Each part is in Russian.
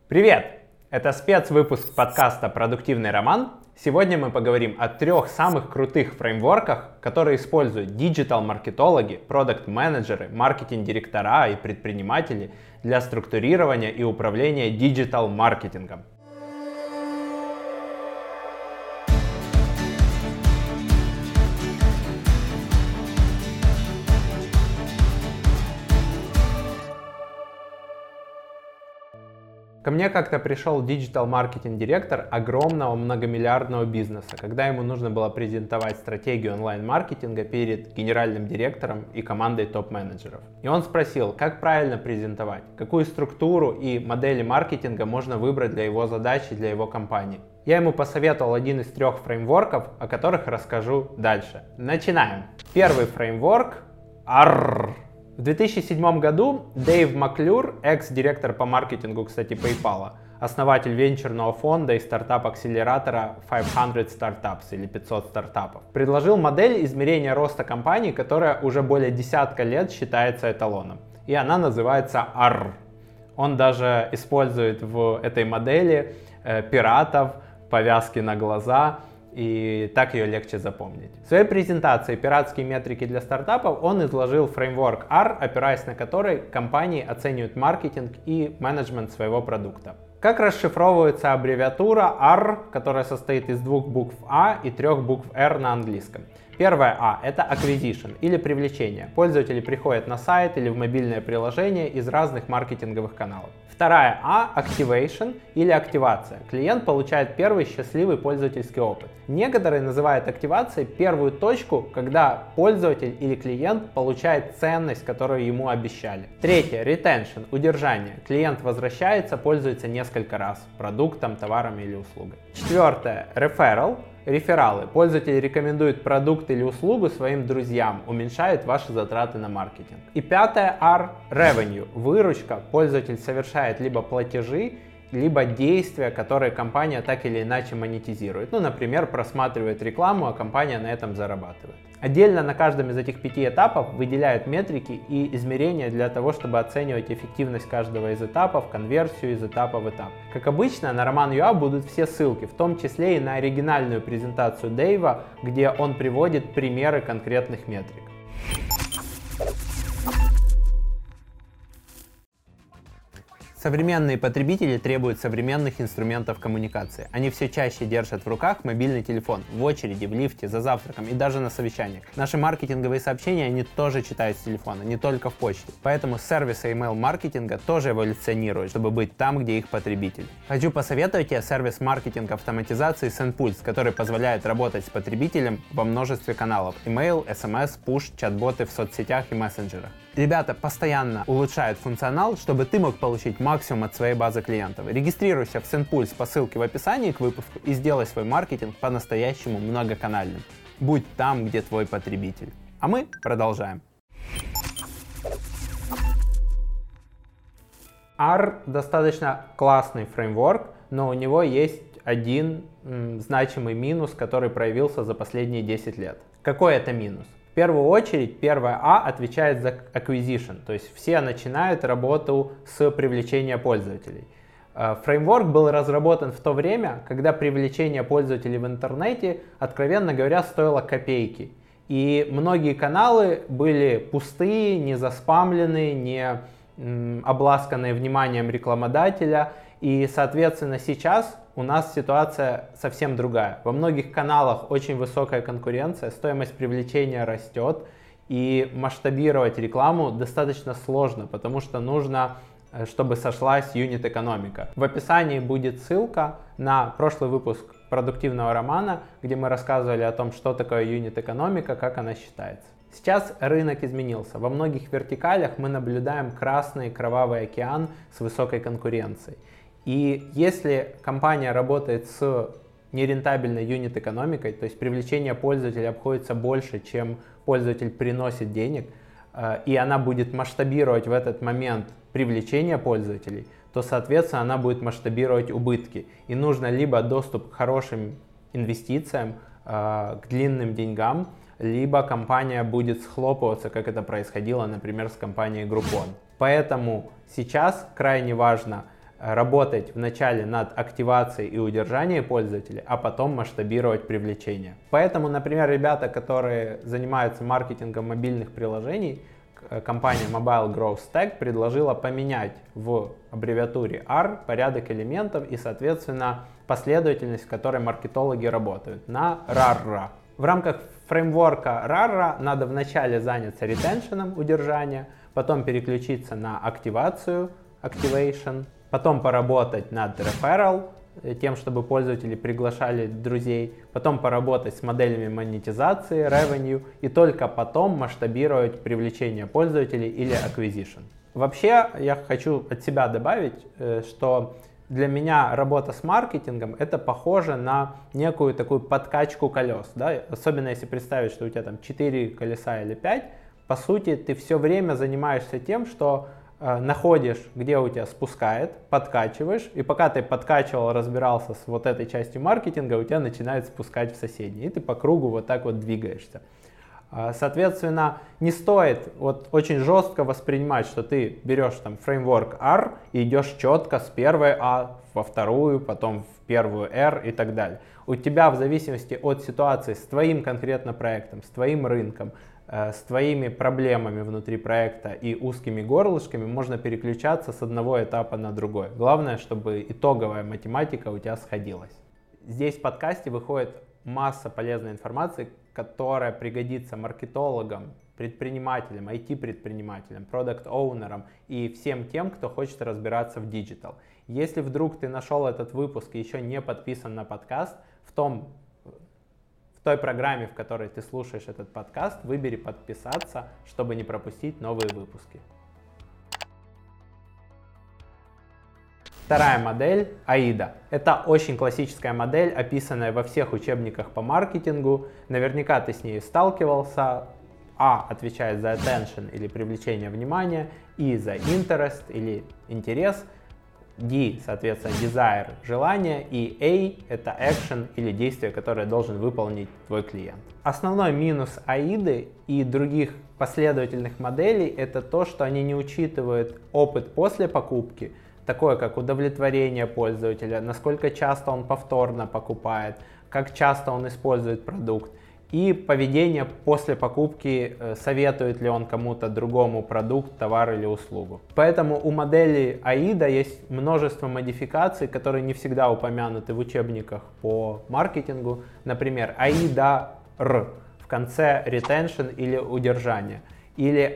Привет! Это спецвыпуск подкаста «Продуктивный роман». Сегодня мы поговорим о 3 самых крутых фреймворках, которые используют диджитал-маркетологи, продакт-менеджеры, маркетинг-директора и предприниматели для структурирования и управления диджитал-маркетингом. Ко мне как-то пришел диджитал-маркетинг-директор огромного многомиллиардного бизнеса, когда ему нужно было презентовать стратегию онлайн-маркетинга перед генеральным директором и командой топ-менеджеров. И он спросил, как правильно презентовать, какую структуру и модели маркетинга можно выбрать для его задачи, для его компании. Я ему посоветовал один из 3 фреймворков, о которых расскажу дальше. Начинаем. Первый фреймворк — ARR. В 2007 году Дэйв Маклюр, экс-директор по маркетингу, кстати, PayPal, основатель венчурного фонда и стартап-акселератора 500 Startups или 500 стартапов, предложил модель измерения роста компании, которая уже более десятка лет считается эталоном. И она называется ARR. Он даже использует в этой модели пиратов, повязки на глаза, и так ее легче запомнить. В своей презентации «Пиратские метрики для стартапов» он изложил фреймворк ARR, опираясь на который компании оценивают маркетинг и менеджмент своего продукта. Как расшифровывается аббревиатура ARR, которая состоит из 2 букв А и 3 букв R на английском? Первая А — это acquisition или привлечение. Пользователи приходят на сайт или в мобильное приложение из разных маркетинговых каналов. Вторая А — activation или активация. Клиент получает первый счастливый пользовательский опыт. Некоторые называют активацией первую точку, когда пользователь или клиент получает ценность, которую ему обещали. Третье — retention — удержание. Клиент возвращается, пользуется несколько раз продуктом, товаром или услугой. Четвертое — referral. Рефералы. Пользователь рекомендует продукт или услугу своим друзьям, уменьшает ваши затраты на маркетинг. И пятое R — revenue. Выручка. Пользователь совершает либо платежи, либо действия, которые компания так или иначе монетизирует. Например, просматривает рекламу, а компания на этом зарабатывает. Отдельно на каждом из этих 5 этапов выделяют метрики и измерения для того, чтобы оценивать эффективность каждого из этапов, конверсию из этапа в этап. Как обычно, на Roman.ua будут все ссылки, в том числе и на оригинальную презентацию Дэйва, где он приводит примеры конкретных метрик. Современные потребители требуют современных инструментов коммуникации. Они все чаще держат в руках мобильный телефон, в очереди, в лифте, за завтраком и даже на совещаниях. Наши маркетинговые сообщения они тоже читают с телефона, не только в почте. Поэтому сервисы email-маркетинга тоже эволюционируют, чтобы быть там, где их потребитель. Хочу посоветовать тебе сервис маркетинга автоматизации SendPulse, который позволяет работать с потребителем во множестве каналов: email, SMS, push, чат-боты в соцсетях и мессенджерах. Ребята постоянно улучшают функционал, чтобы ты мог получить максимум от своей базы клиентов. Регистрируйся в SendPulse по ссылке в описании к выпуску и сделай свой маркетинг по-настоящему многоканальным. Будь там, где твой потребитель. А мы продолжаем. ARR достаточно классный фреймворк, но у него есть один значимый минус, который проявился за последние 10 лет. Какой это минус? В первую очередь, первая А отвечает за acquisition, то есть все начинают работу с привлечения пользователей. Фреймворк был разработан в то время, когда привлечение пользователей в интернете, откровенно говоря, стоило копейки. И многие каналы были пустые, не заспамленные, не обласканные вниманием рекламодателя. И, соответственно, сейчас у нас ситуация совсем другая. Во многих каналах очень высокая конкуренция, стоимость привлечения растет, и масштабировать рекламу достаточно сложно, потому что нужно, чтобы сошлась юнит-экономика. В описании будет ссылка на прошлый выпуск продуктивного романа, где мы рассказывали о том, что такое юнит-экономика, как она считается. Сейчас рынок изменился. Во многих вертикалях мы наблюдаем красный кровавый океан с высокой конкуренцией. И если компания работает с нерентабельной юнит-экономикой, то есть привлечение пользователя обходится больше, чем пользователь приносит денег, и она будет масштабировать в этот момент привлечение пользователей, то, соответственно, она будет масштабировать убытки. И нужно либо доступ к хорошим инвестициям, к длинным деньгам, либо компания будет схлопываться, как это происходило, например, с компанией Groupon. Поэтому сейчас крайне важно работать вначале над активацией и удержанием пользователей, а потом масштабировать привлечение. Поэтому, например, ребята, которые занимаются маркетингом мобильных приложений, компания Mobile Growth Stack предложила поменять в аббревиатуре R порядок элементов и, соответственно, последовательность, в которой маркетологи работают, на RAR. В рамках фреймворка RAR надо вначале заняться ретеншеном, удержания, потом переключиться на активацию, activation, потом поработать над referral, тем, чтобы пользователи приглашали друзей, потом поработать с моделями монетизации, revenue, и только потом масштабировать привлечение пользователей или acquisition. Вообще, я хочу от себя добавить, что для меня работа с маркетингом это похоже на некую такую подкачку колес, да? Особенно если представить, что у тебя там 4 колеса или 5, по сути ты все время занимаешься тем, что находишь, где у тебя спускает, подкачиваешь, и пока ты подкачивал, разбирался с вот этой частью маркетинга, у тебя начинает спускать в соседние, и ты по кругу вот так вот двигаешься. Соответственно, не стоит вот очень жестко воспринимать, что ты берешь там фреймворк R и идешь четко с первой A во вторую, потом в первую R и так далее. У тебя в зависимости от ситуации с твоим конкретно проектом, с твоим рынком, с твоими проблемами внутри проекта и узкими горлышками можно переключаться с одного этапа на другой. Главное, чтобы итоговая математика у тебя сходилась. Здесь в подкасте выходит масса полезной информации, которая пригодится маркетологам, предпринимателям, IT-предпринимателям, продакт-оунерам и всем тем, кто хочет разбираться в диджитал. Если вдруг ты нашел этот выпуск и еще не подписан на подкаст, в той программе, в которой ты слушаешь этот подкаст, выбери подписаться, чтобы не пропустить новые выпуски. Вторая модель – AIDA. Это очень классическая модель, описанная во всех учебниках по маркетингу. Наверняка ты с ней сталкивался. A отвечает за attention или привлечение внимания, I за interest или интерес, D, соответственно, desire – желание, и A – это action или действие, которое должен выполнить твой клиент. Основной минус AIDA и других последовательных моделей – это то, что они не учитывают опыт после покупки, такое как удовлетворение пользователя, насколько часто он повторно покупает, как часто он использует продукт, и поведение после покупки, советует ли он кому-то другому продукт, товар или услугу. Поэтому у модели AIDA есть множество модификаций, которые не всегда упомянуты в учебниках по маркетингу. Например, AIDA-R в конце retention или удержание, или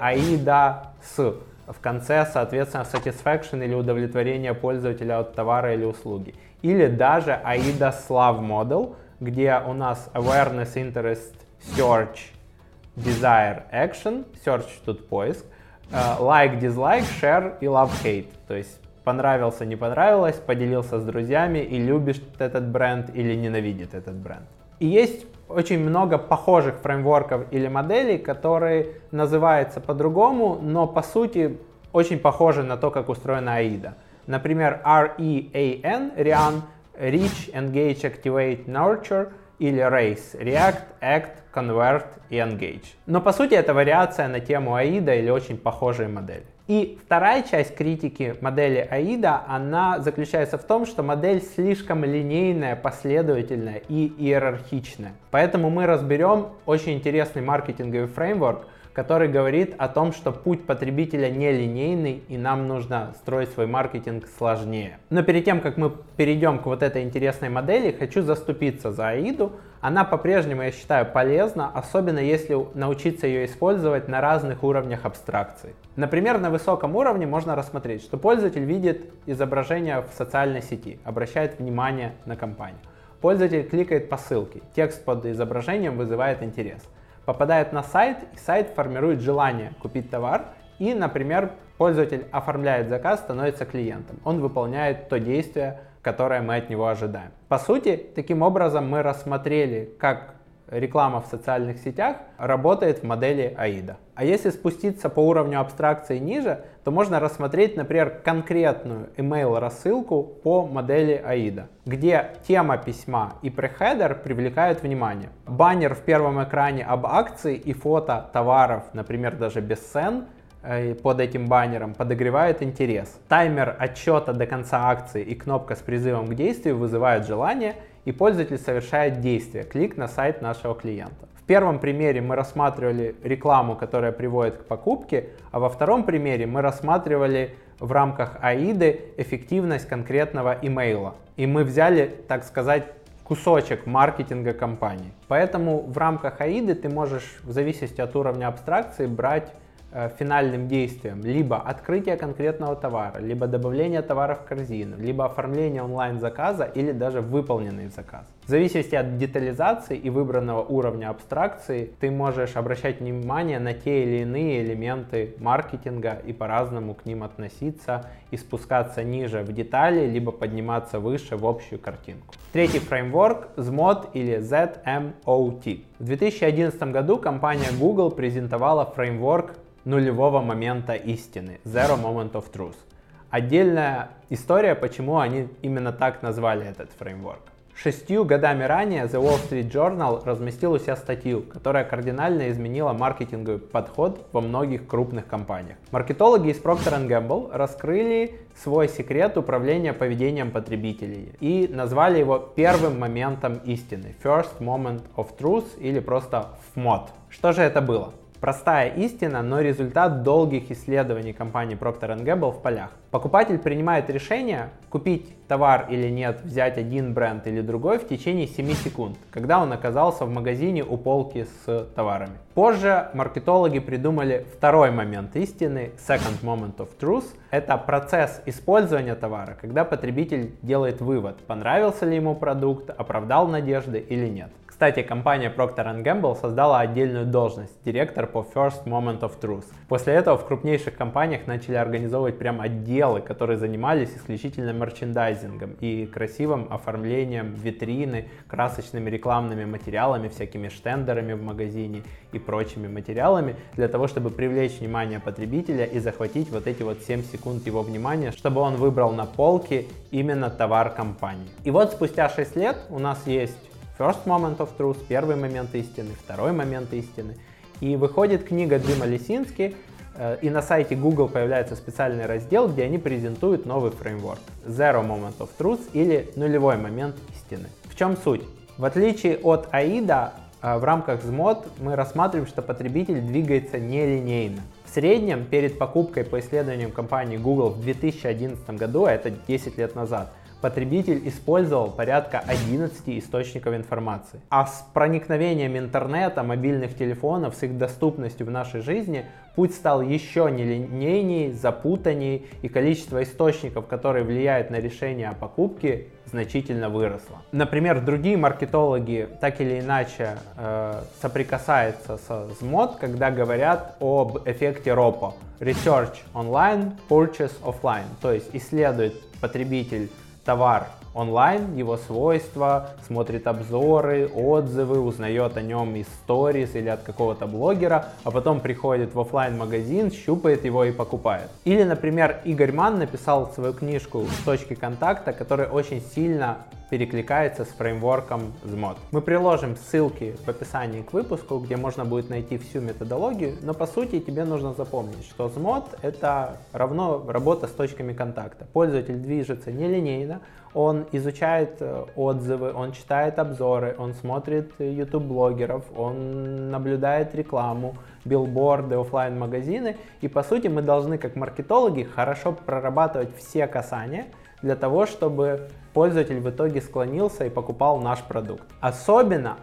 AIDA-S в конце, соответственно, satisfaction или удовлетворение пользователя от товара или услуги. Или даже AIDA-SLAV Model, где у нас awareness, interest, search, desire, action, search тут поиск, like, dislike, share и love, hate. То есть понравился, не понравилось, поделился с друзьями и любишь этот бренд или ненавидит этот бренд. И есть очень много похожих фреймворков или моделей, которые называются по-другому, но по сути очень похожи на то, как устроена AIDA. Например, REAN, REAN, Reach, Engage, Activate, Nurture, или RACE, React, Act, Convert и Engage. Но по сути это вариация на тему AIDA или очень похожие модели. И вторая часть критики модели AIDA, она заключается в том, что модель слишком линейная, последовательная и иерархичная. Поэтому мы разберем очень интересный маркетинговый фреймворк, который говорит о том, что путь потребителя нелинейный и нам нужно строить свой маркетинг сложнее. Но перед тем, как мы перейдем к вот этой интересной модели, хочу заступиться за AIDA. Она по-прежнему, я считаю, полезна, особенно если научиться ее использовать на разных уровнях абстракции. Например, на высоком уровне можно рассмотреть, что пользователь видит изображение в социальной сети, обращает внимание на компанию. Пользователь кликает по ссылке, текст под изображением вызывает интерес. Попадает на сайт, и сайт формирует желание купить товар, и, например, пользователь оформляет заказ, становится клиентом. Он выполняет то действие, которое мы от него ожидаем. По сути, таким образом мы рассмотрели, как реклама в социальных сетях работает в модели AIDA. А если спуститься по уровню абстракции ниже, то можно рассмотреть, например, конкретную email-рассылку по модели AIDA, где тема письма и прехедер привлекают внимание. Баннер в первом экране об акции и фото товаров, например, даже без цен, под этим баннером подогревают интерес. Таймер отсчета до конца акции и кнопка с призывом к действию вызывают желание, и пользователь совершает действие, клик на сайт нашего клиента. В первом примере мы рассматривали рекламу, которая приводит к покупке, а во втором примере мы рассматривали в рамках AIDA эффективность конкретного имейла. И мы взяли, так сказать, кусочек маркетинга компании. Поэтому в рамках AIDA ты можешь, в зависимости от уровня абстракции, брать финальным действием либо открытие конкретного товара, либо добавление товара в корзину, либо оформление онлайн-заказа или даже выполненный заказ. В зависимости от детализации и выбранного уровня абстракции ты можешь обращать внимание на те или иные элементы маркетинга и по-разному к ним относиться и спускаться ниже в детали, либо подниматься выше в общую картинку. Третий фреймворк ZMOT или ZMOT. В 2011 году компания Google презентовала фреймворк нулевого момента истины, Zero Moment of Truth. Отдельная история, почему они именно так назвали этот фреймворк. 6 годами ранее The Wall Street Journal разместил у себя статью, которая кардинально изменила маркетинговый подход во многих крупных компаниях. Маркетологи из Procter & Gamble раскрыли свой секрет управления поведением потребителей и назвали его первым моментом истины, First Moment of Truth или просто FMOT. Что же это было? Простая истина, но результат долгих исследований компании Procter & Gamble в полях. Покупатель принимает решение, купить товар или нет, взять один бренд или другой в течение 7 секунд, когда он оказался в магазине у полки с товарами. Позже маркетологи придумали второй момент истины, Second Moment of Truth. Это процесс использования товара, когда потребитель делает вывод, понравился ли ему продукт, оправдал надежды или нет. Кстати, компания Procter & Gamble создала отдельную должность – директор по First Moment of Truth. После этого в крупнейших компаниях начали организовывать прям отделы, которые занимались исключительно мерчендайзингом и красивым оформлением витрины, красочными рекламными материалами, всякими штендерами в магазине и прочими материалами, для того, чтобы привлечь внимание потребителя и захватить вот эти вот 7 секунд его внимания, чтобы он выбрал на полке именно товар компании. И вот спустя 6 лет у нас есть First Moment of Truth, первый момент истины, второй момент истины. И выходит книга Джима Лисински, и на сайте Google появляется специальный раздел, где они презентуют новый фреймворк Zero Moment of Truth или нулевой момент истины. В чем суть? В отличие от AIDA, в рамках ZMOT мы рассматриваем, что потребитель двигается нелинейно. В среднем перед покупкой, по исследованиям компании Google в 2011 году, а это 10 лет назад, потребитель использовал порядка 11 источников информации. А с проникновением интернета, мобильных телефонов, с их доступностью в нашей жизни, путь стал еще нелинейнее, запутаннее, и количество источников, которые влияют на решение о покупке, значительно выросло. Например, другие маркетологи так или иначе соприкасаются с ZMOT, когда говорят об эффекте ROPO – Research Online, Purchase Offline, то есть исследует потребитель товар онлайн, его свойства, смотрит обзоры, отзывы, узнает о нем из сторис или от какого-то блогера, а потом приходит в офлайн-магазин, щупает его и покупает. Или, например, Игорь Манн написал свою книжку «Точки контакта», которая очень сильно перекликается с фреймворком ZMOT. Мы приложим ссылки в описании к выпуску, где можно будет найти всю методологию, но по сути тебе нужно запомнить, что ZMOT это равно работа с точками контакта. Пользователь движется нелинейно, он изучает отзывы, он читает обзоры, он смотрит YouTube-блогеров, он наблюдает рекламу, билборды, офлайн-магазины, и по сути мы должны как маркетологи хорошо прорабатывать все касания для того, чтобы пользователь в итоге склонился и покупал наш продукт. Особенно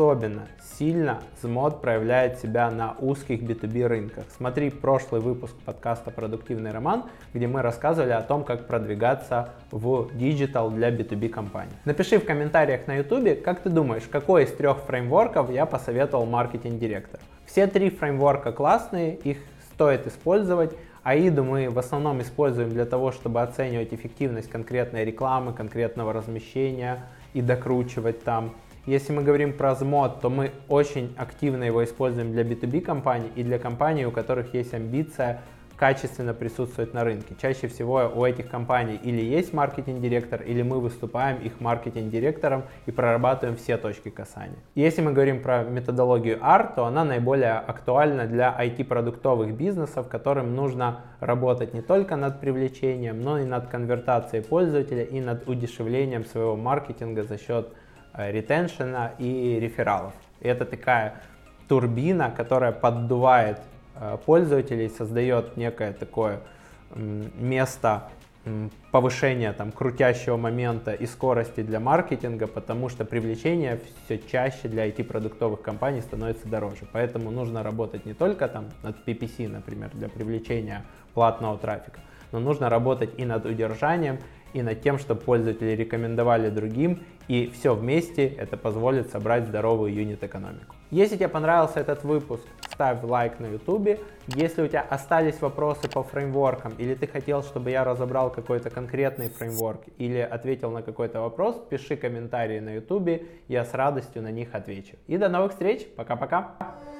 сильно ZMOT проявляет себя на узких B2B рынках. Смотри прошлый выпуск подкаста «Продуктивный роман», где мы рассказывали о том, как продвигаться в диджитал для B2B компаний. Напиши в комментариях на YouTube, как ты думаешь, какой из 3 фреймворков я посоветовал маркетинг-директору. Все 3 фреймворка классные, их стоит использовать. AIDA мы в основном используем для того, чтобы оценивать эффективность конкретной рекламы, конкретного размещения и докручивать там. Если мы говорим про ZMOT, то мы очень активно его используем для B2B компаний и для компаний, у которых есть амбиция качественно присутствовать на рынке. Чаще всего у этих компаний или есть маркетинг-директор, или мы выступаем их маркетинг-директором и прорабатываем все точки касания. Если мы говорим про методологию R, то она наиболее актуальна для IT-продуктовых бизнесов, которым нужно работать не только над привлечением, но и над конвертацией пользователя и над удешевлением своего маркетинга за счет ретеншена и рефералов. И это такая турбина, которая поддувает пользователей, создает некое такое место повышения там, крутящего момента и скорости для маркетинга, потому что привлечение все чаще для IT-продуктовых компаний становится дороже. Поэтому нужно работать не только там, над PPC, например, для привлечения платного трафика, но нужно работать и над удержанием, и над тем, чтобы пользователи рекомендовали другим, и все вместе это позволит собрать здоровую юнит-экономику. Если тебе понравился этот выпуск, ставь лайк на YouTube. Если у тебя остались вопросы по фреймворкам, или ты хотел, чтобы я разобрал какой-то конкретный фреймворк, или ответил на какой-то вопрос, пиши комментарии на YouTube, я с радостью на них отвечу. И до новых встреч, пока-пока!